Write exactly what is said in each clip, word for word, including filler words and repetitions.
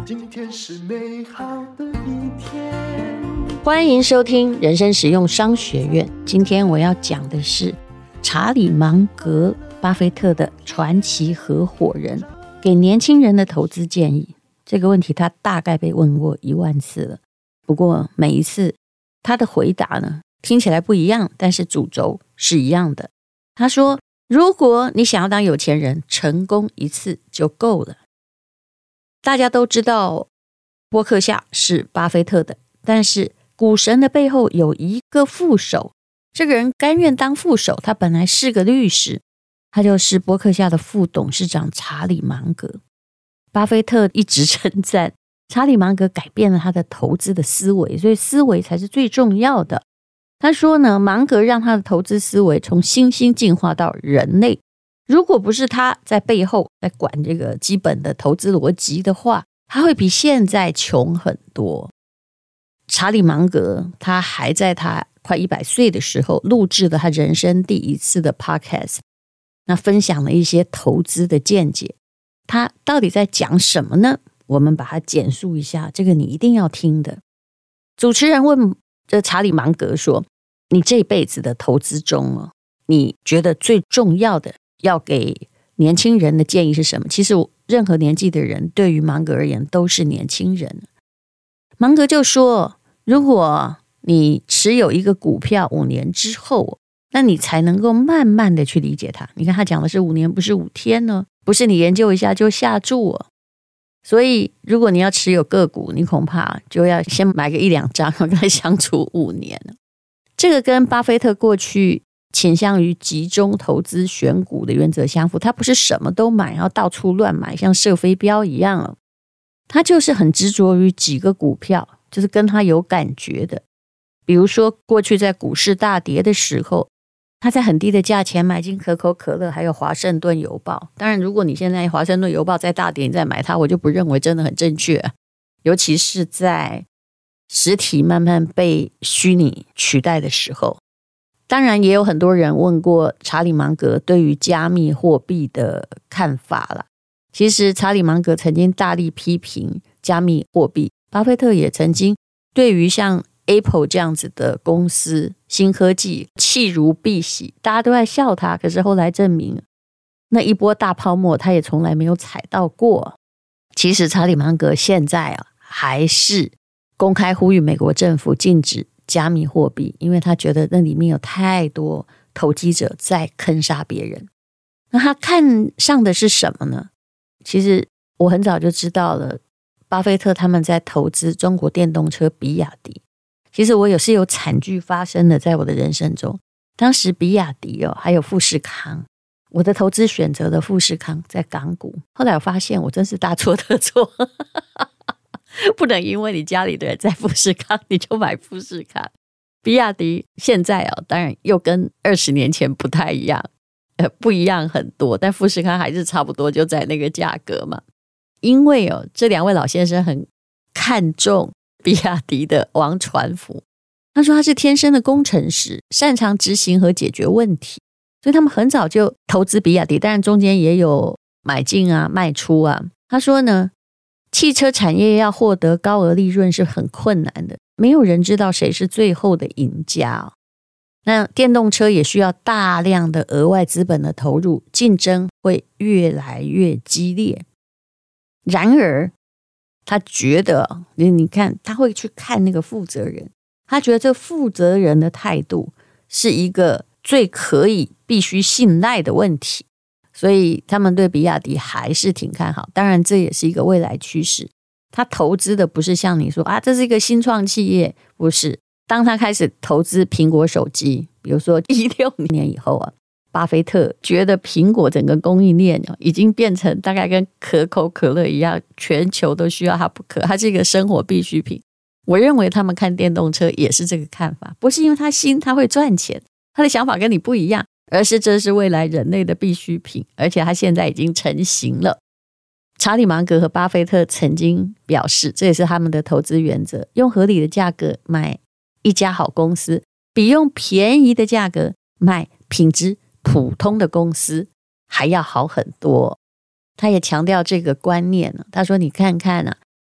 今天是美好的一天。 欢迎收听人生实用商学院。今天我要讲的是查理芒格，巴菲特的传奇合伙人，给年轻人的投资建议。这个问题他大概被问过一万次了，不过每一次他的回答呢，听起来不一样，但是主轴是一样的。他说，如果你想要当有钱人，成功一次就够了。大家都知道波克夏是巴菲特的，但是股神的背后有一个副手，这个人甘愿当副手，他本来是个律师，他就是波克夏的副董事长查理芒格。巴菲特一直称赞查理芒格改变了他的投资的思维，所以思维才是最重要的。他说呢，芒格让他的投资思维从猩猩进化到人类，如果不是他在背后在管这个基本的投资逻辑的话，他会比现在穷很多。查理芒格他还在他快一百岁的时候录制了他人生第一次的 podcast， 那分享了一些投资的见解。他到底在讲什么呢？我们把它简述一下，这个你一定要听的。主持人问这查理芒格说，你这辈子的投资中哦，你觉得最重要的要给年轻人的建议是什么？其实任何年纪的人对于芒格而言都是年轻人。芒格就说，如果你持有一个股票五年之后，那你才能够慢慢的去理解它。你看他讲的是五年，不是五天呢，不是你研究一下就下注哦。所以如果你要持有个股，你恐怕就要先买个一两张，跟它相处五年。这个跟巴菲特过去倾向于集中投资选股的原则相符，他不是什么都买，然后到处乱买，像射飞镖一样哦。他就是很执着于几个股票，就是跟他有感觉的。比如说过去在股市大跌的时候，他在很低的价钱买进可口可乐还有华盛顿邮报。当然如果你现在华盛顿邮报在大跌你再买它，我就不认为真的很正确，尤其是在实体慢慢被虚拟取代的时候。当然也有很多人问过查理芒格对于加密货币的看法啦。其实查理芒格曾经大力批评加密货币，巴菲特也曾经对于像 Apple 这样子的公司新科技弃如敝屣，大家都在笑他，可是后来证明那一波大泡沫他也从来没有踩到过。其实查理芒格现在啊还是公开呼吁美国政府禁止加密货币，因为他觉得那里面有太多投机者在坑杀别人。那他看上的是什么呢？其实我很早就知道了，巴菲特他们在投资中国电动车比亚迪。其实我也是有惨剧发生的，在我的人生中。当时比亚迪哦，还有富士康，我的投资选择的富士康在港股。后来我发现我真是大错特错，不能因为你家里的人在富士康你就买富士康。比亚迪现在哦，当然又跟二十年前不太一样，呃，不一样很多，但富士康还是差不多就在那个价格嘛。因为哦，这两位老先生很看重比亚迪的王传福，他说他是天生的工程师，擅长执行和解决问题，所以他们很早就投资比亚迪，当然中间也有买进啊卖出啊。他说呢，汽车产业要获得高额利润是很困难的，没有人知道谁是最后的赢家哦。那电动车也需要大量的额外资本的投入，竞争会越来越激烈。然而他觉得，你看他会去看那个负责人，他觉得这负责人的态度是一个最可以必须信赖的问题，所以他们对比亚迪还是挺看好。当然这也是一个未来趋势，他投资的不是像你说啊，这是一个新创企业，不是。当他开始投资苹果手机，比如说一六年以后啊，巴菲特觉得苹果整个供应链已经变成大概跟可口可乐一样，全球都需要它不可，它是一个生活必需品。我认为他们看电动车也是这个看法，不是因为它新它会赚钱，他的想法跟你不一样，而是这是未来人类的必需品，而且它现在已经成型了。查理芒格和巴菲特曾经表示，这也是他们的投资原则，用合理的价格买一家好公司，比用便宜的价格买品质普通的公司还要好很多。他也强调这个观念，他说你看看啊，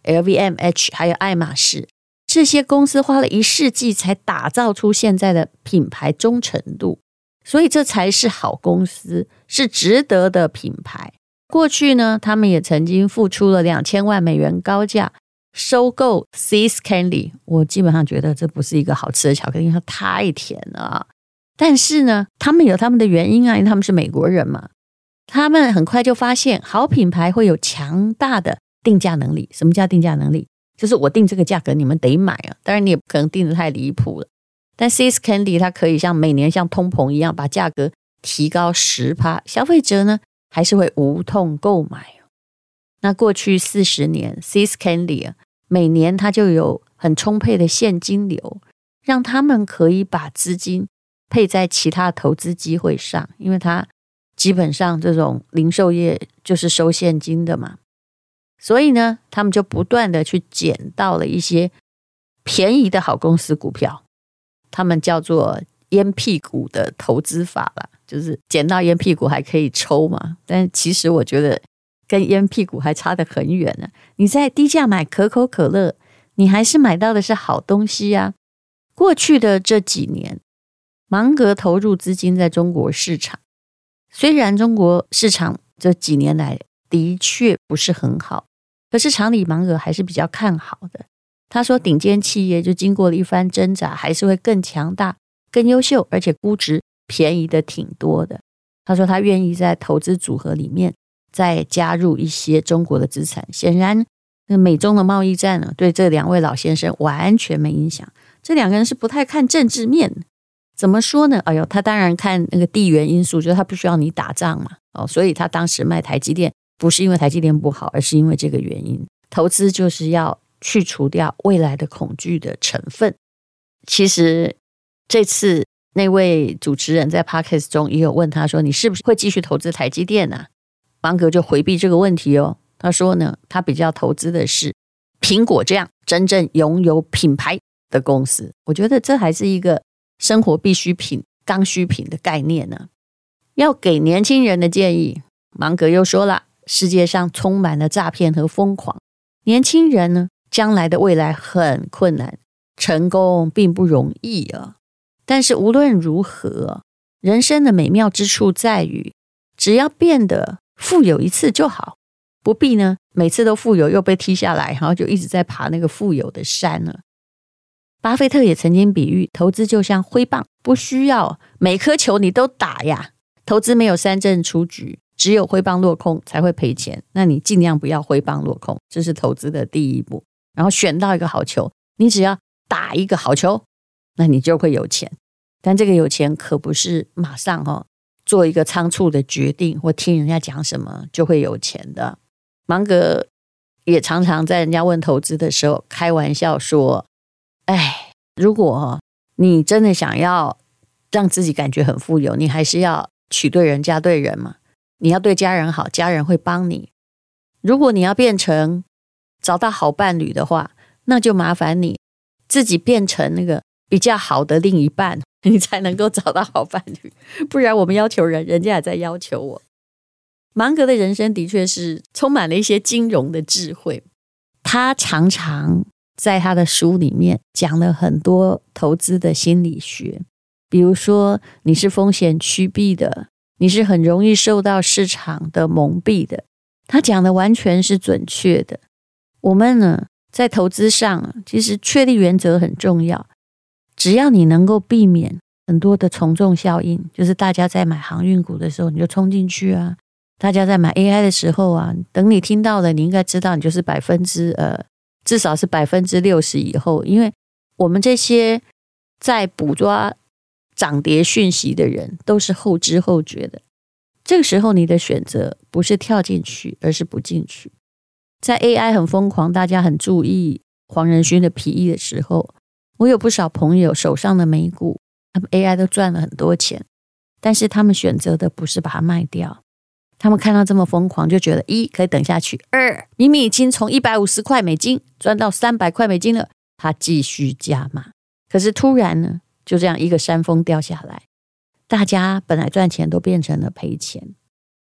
L V M H 还有爱马仕，这些公司花了一世纪才打造出现在的品牌忠诚度，所以这才是好公司，是值得的品牌。过去呢，他们也曾经付出了两千万美元高价收购 See's Candy， 我基本上觉得这不是一个好吃的巧克力，它太甜了啊。但是呢，他们有他们的原因啊，因为他们是美国人嘛。他们很快就发现，好品牌会有强大的定价能力。什么叫定价能力？就是我定这个价格，你们得买啊。当然，你也不可能定得太离谱了。但 See's Candy 它可以像每年像通膨一样，把价格提高 百分之十， 消费者呢还是会无痛购买。那过去四十年 See's Candy 啊，每年它就有很充沛的现金流，让他们可以把资金配在其他投资机会上，因为它基本上这种零售业就是收现金的嘛，所以呢，他们就不断的去捡到了一些便宜的好公司股票，他们叫做烟屁股的投资法啦，就是捡到烟屁股还可以抽嘛，但其实我觉得跟烟屁股还差得很远呢。你在低价买可口可乐，你还是买到的是好东西啊。过去的这几年，芒格投入资金在中国市场，虽然中国市场这几年来的确不是很好，可是常理芒格还是比较看好的。他说顶尖企业就经过了一番挣扎，还是会更强大、更优秀，而且估值便宜的挺多的。他说他愿意在投资组合里面再加入一些中国的资产。显然美中的贸易战呢，对这两位老先生完全没影响。这两个人是不太看政治面的。怎么说呢？哎呦，他当然看那个地缘因素，就是他不需要你打仗嘛，哦，所以他当时卖台积电不是因为台积电不好，而是因为这个原因。投资就是要去除掉未来的恐惧的成分。其实这次那位主持人在 Podcast 中也有问他说，你是不是会继续投资台积电啊？芒格就回避这个问题哦，他说呢，他比较投资的是苹果这样真正拥有品牌的公司。我觉得这还是一个生活必需品、刚需品的概念呢。要给年轻人的建议，芒格又说了，世界上充满了诈骗和疯狂，年轻人呢，将来的未来很困难，成功并不容易啊。但是无论如何，人生的美妙之处在于，只要变得富有一次就好，不必呢每次都富有又被踢下来，然后就一直在爬那个富有的山了。巴菲特也曾经比喻，投资就像挥棒，不需要每颗球你都打呀。投资没有三振出局，只有挥棒落空才会赔钱。那你尽量不要挥棒落空，这是投资的第一步。然后选到一个好球，你只要打一个好球，那你就会有钱。但这个有钱可不是马上哦，做一个仓促的决定或听人家讲什么就会有钱的。芒格也常常在人家问投资的时候开玩笑说，哎，如果你真的想要让自己感觉很富有，你还是要娶对人嫁对人嘛。你要对家人好，家人会帮你。如果你要变成找到好伴侣的话，那就麻烦你自己变成那个比较好的另一半，你才能够找到好伴侣。不然我们要求人，人家也在要求我。芒格的人生的确是充满了一些金融的智慧，他常常在他的书里面讲了很多投资的心理学，比如说你是风险趋避的，你是很容易受到市场的蒙蔽的，他讲的完全是准确的。我们呢，在投资上其实确立原则很重要，只要你能够避免很多的从众效应，就是大家在买航运股的时候你就冲进去啊，大家在买 A I 的时候啊，等你听到了，你应该知道你就是百分之呃，至少是百分之六十以后，因为我们这些在捕捉涨跌讯息的人都是后知后觉的。这个时候你的选择不是跳进去，而是不进去。在 A I 很疯狂，大家很注意黄仁勋的皮衣的时候，我有不少朋友手上的美股，他们 A I 都赚了很多钱，但是他们选择的不是把它卖掉。他们看到这么疯狂，就觉得一可以等下去，二明明已经从一百五十块美金赚到三百块美金了，他继续加码。可是突然呢，就这样一个山峰掉下来，大家本来赚钱都变成了赔钱。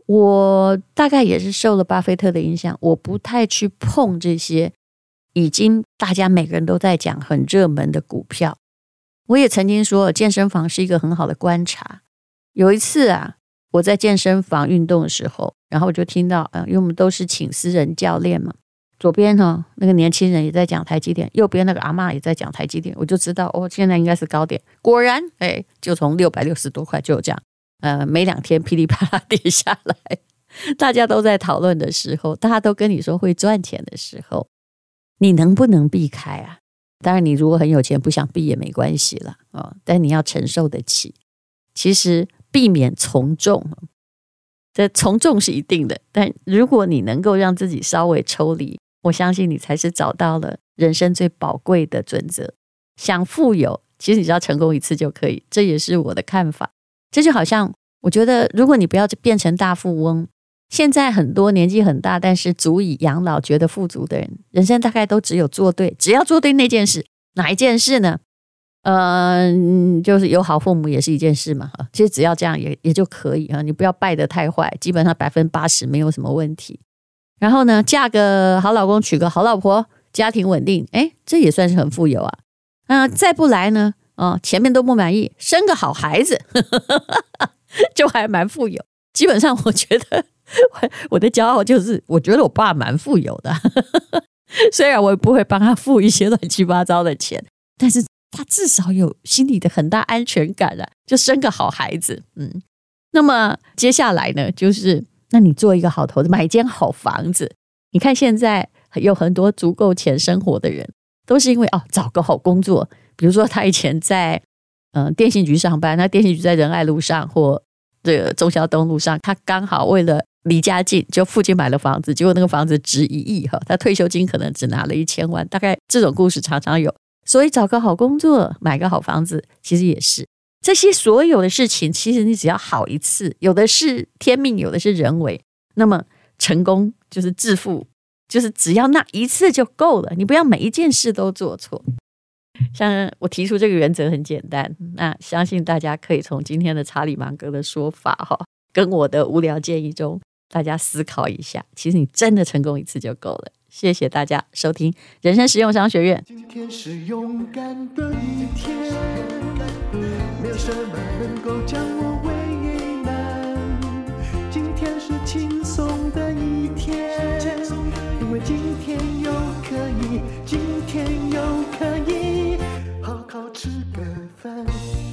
我大概也是受了巴菲特的影响，我不太去碰这些已经大家每个人都在讲很热门的股票。我也曾经说健身房是一个很好的观察。有一次啊，我在健身房运动的时候，然后我就听到、呃、因为我们都是请私人教练嘛，左边呢那个年轻人也在讲台积电，右边那个阿嬷也在讲台积电，我就知道哦，现在应该是高点。果然哎，就从六百六十多块就这样呃，没两天噼里啪啦跌下来。大家都在讨论的时候，大家都跟你说会赚钱的时候，你能不能避开啊？当然你如果很有钱不想避也没关系了、哦、但你要承受得起。其实避免从众，这从众是一定的，但如果你能够让自己稍微抽离，我相信你才是找到了人生最宝贵的准则。想富有，其实你只要成功一次就可以，这也是我的看法。这就好像我觉得如果你不要变成大富翁，现在很多年纪很大但是足以养老觉得富足的人，人生大概都只有做对，只要做对那件事。哪一件事呢？呃，就是有好父母也是一件事嘛，其实只要这样也也就可以，你不要败得太坏，基本上百分之八十没有什么问题。然后呢，嫁个好老公娶个好老婆，家庭稳定，哎，这也算是很富有啊。呃、再不来呢、哦、前面都不满意，生个好孩子就还蛮富有。基本上我觉得我的骄傲就是我觉得我爸蛮富有的虽然我也不会帮他付一些乱七八糟的钱，但是他至少有心里的很大安全感啊，就生个好孩子。嗯，那么接下来呢，就是那你做一个好投资，买一间好房子。你看现在有很多足够钱生活的人，都是因为哦找个好工作。比如说他以前在呃电信局上班，那电信局在仁爱路上或这个忠孝东路上，他刚好为了离家近，就附近买了房子，结果那个房子值一亿哈，他退休金可能只拿了一千万，大概这种故事常常有。所以找个好工作，买个好房子，其实也是这些所有的事情，其实你只要好一次，有的是天命，有的是人为。那么成功就是致富，就是只要那一次就够了，你不要每一件事都做错。像我提出这个原则很简单，那相信大家可以从今天的查理芒格的说法哈，跟我的无聊建议中，大家思考一下，其实你真的成功一次就够了。谢谢大家收听人生实用商学院。 今天是勇敢的一天，没有什么能够将我为难。今天是轻松的一天，因为今天又可以，今天又可以好好吃个饭，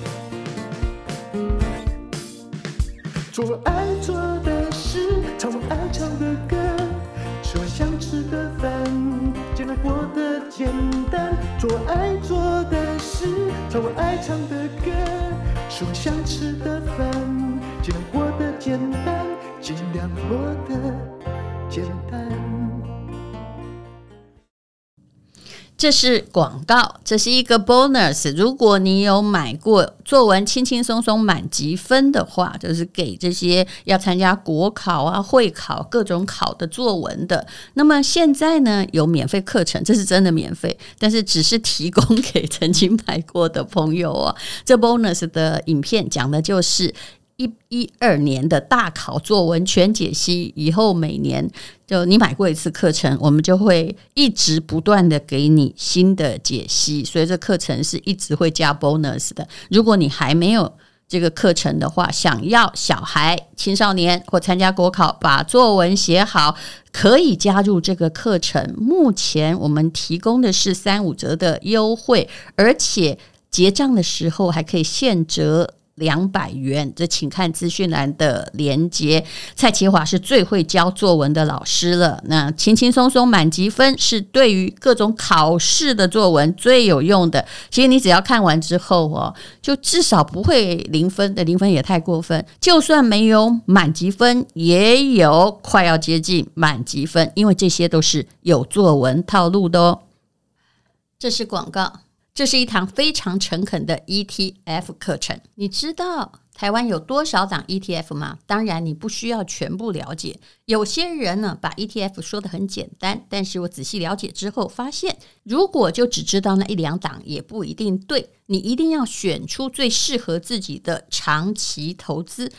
做爱做的事，唱我爱唱的歌，吃我想吃的饭，尽量过得简单。做爱做的事，唱我爱唱的歌，吃我想吃的饭，尽量过得简单，尽量过得简单。 这是广告，这是一个 bonus。如果你有买过作文轻轻松松满级分的话，就是给这些要参加国考啊、会考各种考的作文的，那么现在呢有免费课程，这是真的免费，但是只是提供给曾经买过的朋友哦。这 bonus 的影片讲的就是一一二年的大考作文全解析，以后每年就你买过一次课程，我们就会一直不断的给你新的解析，所以这课程是一直会加 bonus 的。如果你还没有这个课程的话，想要小孩、青少年或参加国考把作文写好，可以加入这个课程。目前我们提供的是三五折的优惠，而且结账的时候还可以现折两百元，这请看资讯栏的连结。蔡奇华是最会教作文的老师了，那轻轻松松满级分是对于各种考试的作文最有用的。其实你只要看完之后哦，就至少不会零分的，零分也太过分，就算没有满级分也有快要接近满级分，因为这些都是有作文套路的哦。这是广告，这是一堂非常诚恳的 E T F 课程。你知道台湾有多少档 E T F 吗？当然你不需要全部了解，有些人呢把 E T F 说得很简单，但是我仔细了解之后发现，如果就只知道那一两档也不一定对，你一定要选出最适合自己的长期投资。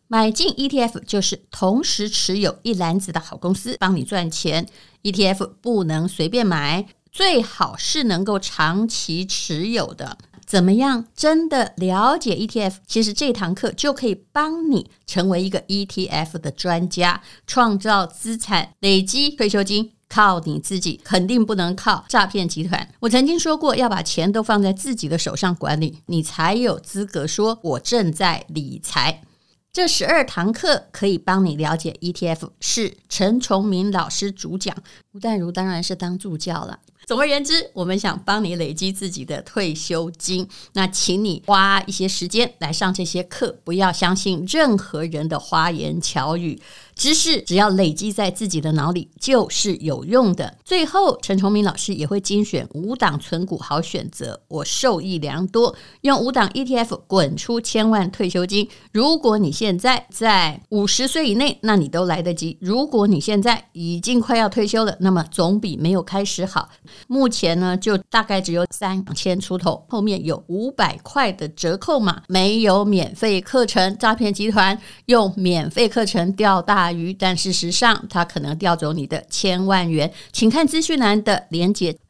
买进 E T F 就是同时持有一篮子的好公司帮你赚钱， E T F 不能随便买，最好是能够长期持有的。怎么样真的了解 E T F？ 其实这堂课就可以帮你成为一个 E T F 的专家，创造资产，累积退休金，靠你自己，肯定不能靠诈骗集团。我曾经说过，要把钱都放在自己的手上管理，你才有资格说我正在理财。这十二堂课可以帮你了解 E T F， 是陈崇明老师主讲，吴淡如当然是当助教了。总而言之，我们想帮你累积自己的退休金，那请你花一些时间来上这些课，不要相信任何人的花言巧语，知识只要累积在自己的脑里就是有用的。最后陈崇明老师也会精选五档存股好选择，我受益良多，用五档 E T F 滚出千万退休金。如果你现在在五十岁以内，那你都来得及；如果你现在已经快要退休了，那么总比没有开始好。目前呢，就大概只有三千出头，后面有五百块的折扣码，没有免费课程。诈骗集团用免费课程钓大鱼，但事实上他可能钓走你的千万元。请看资讯栏的连结。